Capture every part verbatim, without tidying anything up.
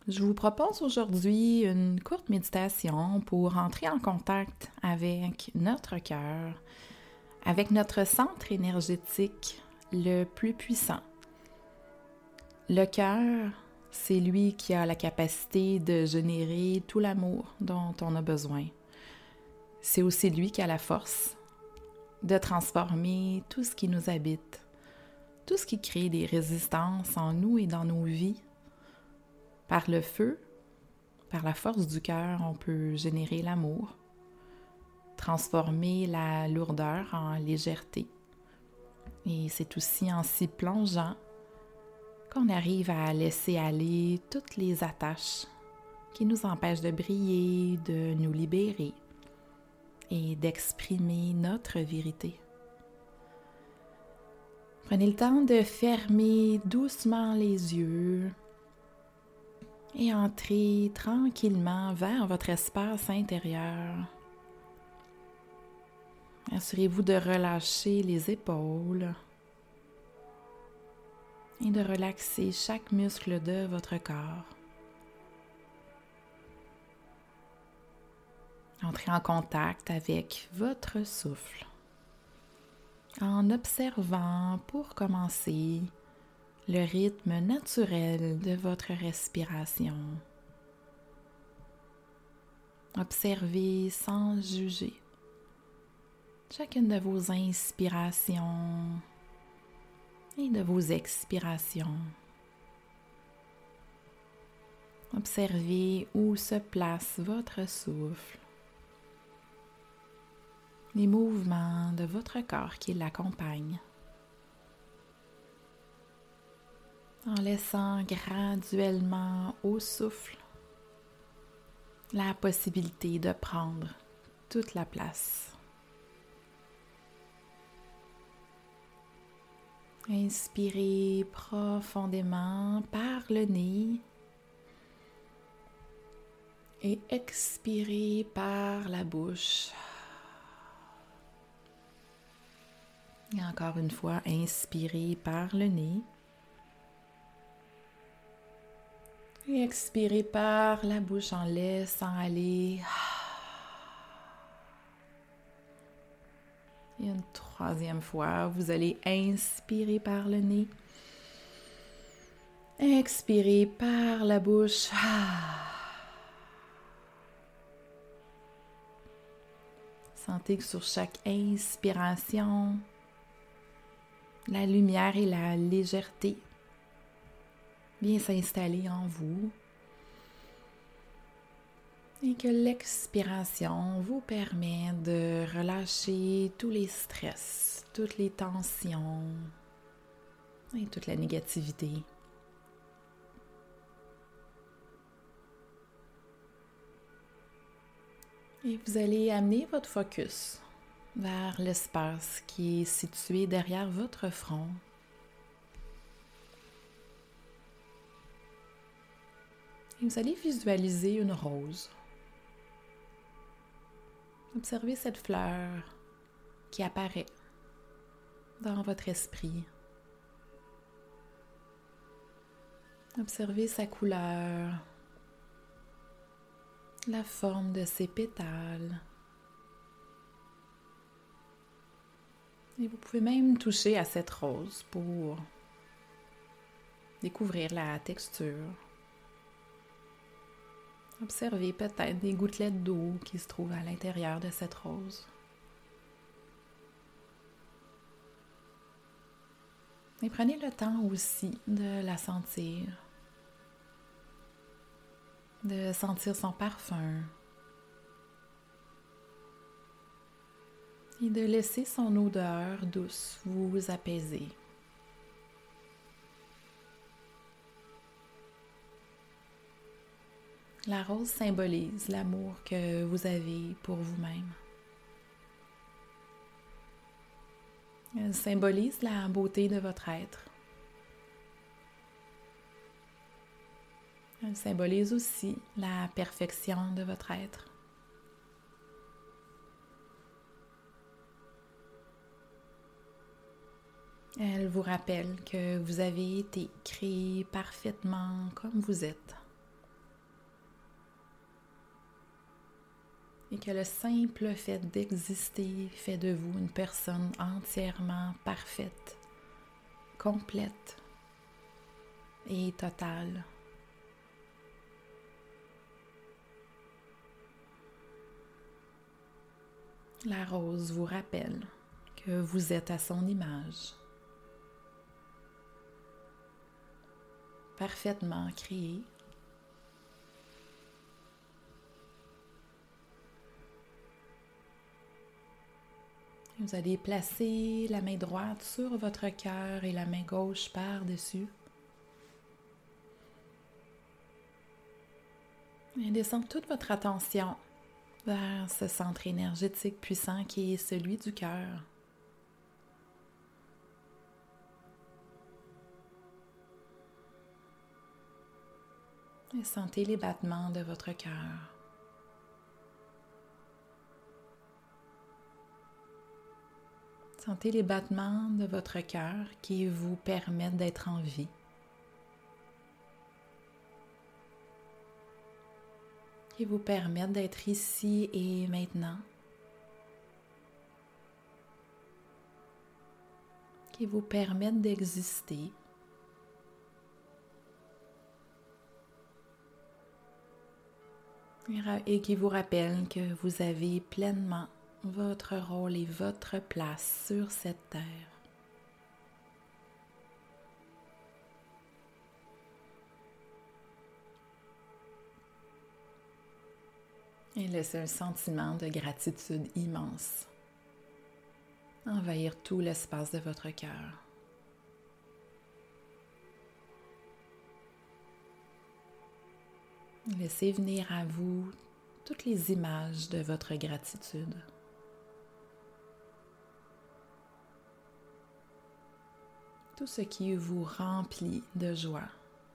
Je vous propose aujourd'hui une courte méditation pour entrer en contact avec notre cœur, avec notre centre énergétique le plus puissant. Le cœur, c'est lui qui a la capacité de générer tout l'amour dont on a besoin. C'est aussi lui qui a la force de transformer tout ce qui nous habite, tout ce qui crée des résistances en nous et dans nos vies. Par le feu, par la force du cœur, on peut générer l'amour, transformer la lourdeur en légèreté. Et c'est aussi en s'y plongeant qu'on arrive à laisser aller toutes les attaches qui nous empêchent de briller, de nous libérer et d'exprimer notre vérité. Prenez le temps de fermer doucement les yeux et entrez tranquillement vers votre espace intérieur. Assurez-vous de relâcher les épaules et de relaxer chaque muscle de votre corps. Entrez en contact avec votre souffle en observant, pour commencer, le rythme naturel de votre respiration. Observez sans juger chacune de vos inspirations et de vos expirations. Observez où se place votre souffle, les mouvements de votre corps qui l'accompagnent, en laissant graduellement au souffle la possibilité de prendre toute la place. Inspirez profondément par le nez et expirez par la bouche. Et encore une fois, inspirez par le nez et expirez par la bouche en laissant aller. Et une troisième fois, vous allez inspirer par le nez. Expirez par la bouche. Sentez que sur chaque inspiration, la lumière et la légèreté viennent s'installer en vous. Et que l'expiration vous permet de relâcher tous les stress, toutes les tensions et toute la négativité. Et vous allez amener votre focus vers l'espace qui est situé derrière votre front. Et vous allez visualiser une rose. Observez cette fleur qui apparaît dans votre esprit. Observez sa couleur, la forme de ses pétales. Et vous pouvez même toucher à cette rose pour découvrir la texture. Observez peut-être des gouttelettes d'eau qui se trouvent à l'intérieur de cette rose. Et prenez le temps aussi de la sentir, de sentir son parfum et de laisser son odeur douce vous apaiser. La rose symbolise l'amour que vous avez pour vous-même. Elle symbolise la beauté de votre être. Elle symbolise aussi la perfection de votre être. Elle vous rappelle que vous avez été créé parfaitement comme vous êtes. et que le simple fait d'exister fait de vous une personne entièrement parfaite, complète et totale. La rose vous rappelle que vous êtes à son image, parfaitement créée. Vous allez placer la main droite sur votre cœur et la main gauche par-dessus. Et descendre toute votre attention vers ce centre énergétique puissant qui est celui du cœur. Et sentez les battements de votre cœur. Sentez les battements de votre cœur qui vous permettent d'être en vie. Qui vous permettent d'être ici et maintenant. Qui vous permettent d'exister. Et qui vous rappellent que vous avez pleinement votre rôle et votre place sur cette terre. Et laissez un sentiment de gratitude immense envahir tout l'espace de votre cœur. Laissez venir à vous toutes les images de votre gratitude. Tout ce qui vous remplit de joie,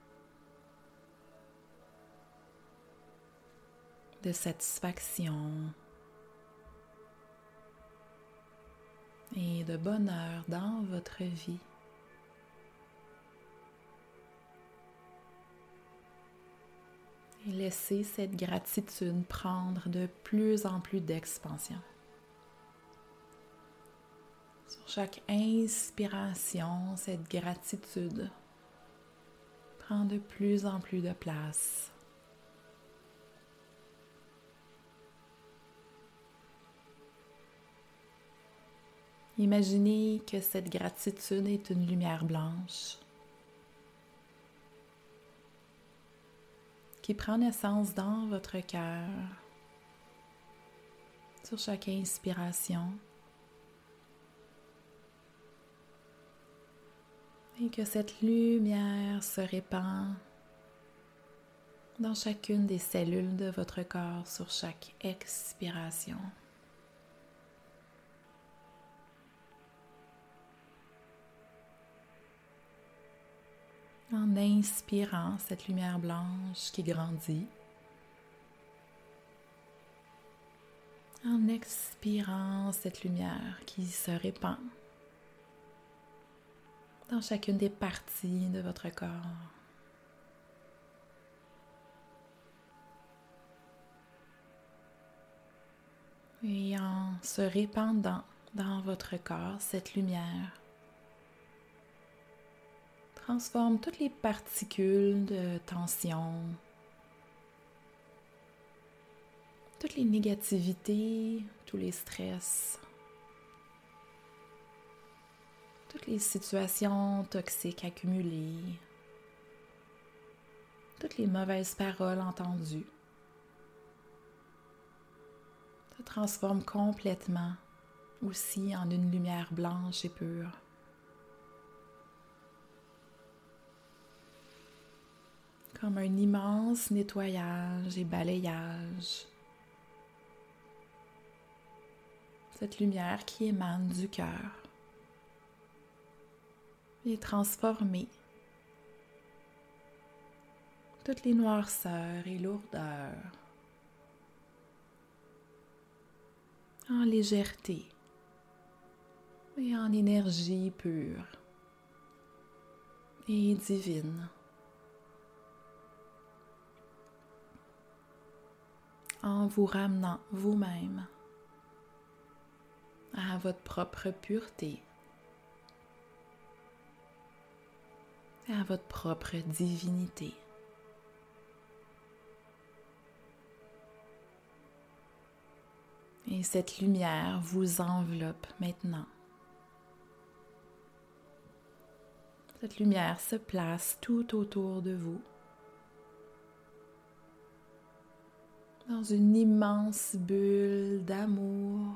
de satisfaction et de bonheur dans votre vie. Et laissez cette gratitude prendre de plus en plus d'expansion. Sur chaque inspiration, cette gratitude prend de plus en plus de place. Imaginez que cette gratitude est une lumière blanche qui prend naissance dans votre cœur sur chaque inspiration. Et que cette lumière se répand dans chacune des cellules de votre corps sur chaque expiration. En inspirant cette lumière blanche qui grandit, en expirant cette lumière qui se répand dans chacune des parties de votre corps. Et en se répandant dans votre corps, cette lumière transforme toutes les particules de tension, toutes les négativités, tous les stress, toutes les situations toxiques accumulées, toutes les mauvaises paroles entendues, se transforment complètement aussi en une lumière blanche et pure. Comme un immense nettoyage et balayage. Cette lumière qui émane du cœur et transformer toutes les noirceurs et lourdeurs en légèreté et en énergie pure et divine. en vous ramenant vous-même à votre propre pureté, à votre propre divinité. Et cette lumière vous enveloppe maintenant. Cette lumière se place tout autour de vous, dans une immense bulle d'amour.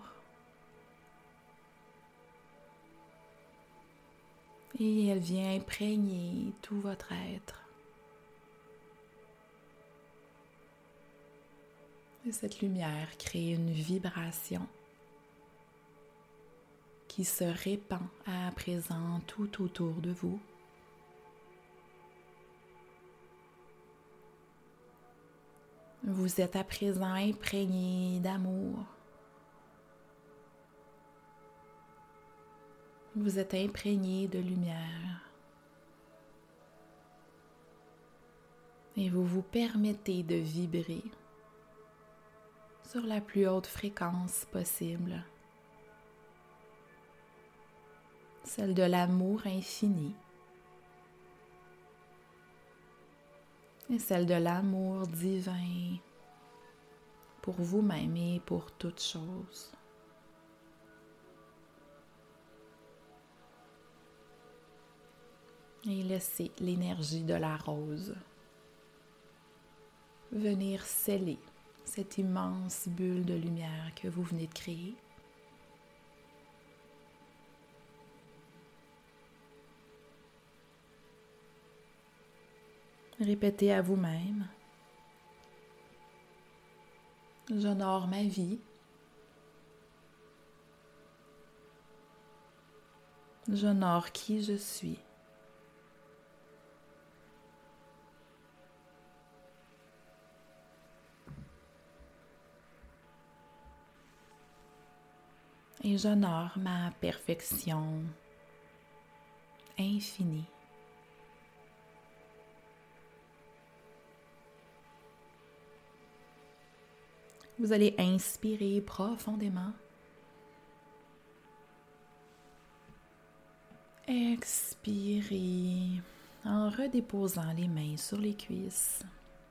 Et elle vient imprégner tout votre être. Et cette lumière crée une vibration qui se répand à présent tout autour de vous. Vous êtes à présent imprégné d'amour. Vous êtes imprégné de lumière. Et vous vous permettez de vibrer sur la plus haute fréquence possible, celle de l'amour infini et celle de l'amour divin pour vous-même et pour toutes choses. Et laissez l'énergie de la rose venir sceller cette immense bulle de lumière que vous venez de créer. Répétez à vous-même: j'honore ma vie. J'honore qui je suis. Et j'honore ma perfection infinie. Vous allez inspirer profondément. Expirez en redéposant les mains sur les cuisses.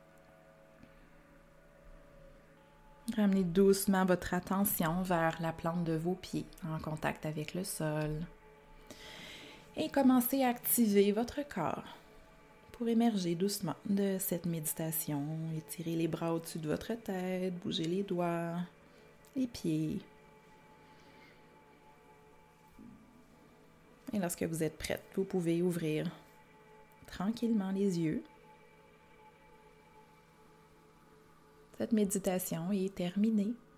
Ramenez doucement votre attention vers la plante de vos pieds en contact avec le sol. Et commencez à activer votre corps pour émerger doucement de cette méditation. Étirez les bras au-dessus de votre tête, bougez les doigts, les pieds. Et lorsque vous êtes prête, vous pouvez ouvrir tranquillement les yeux. Cette méditation est terminée.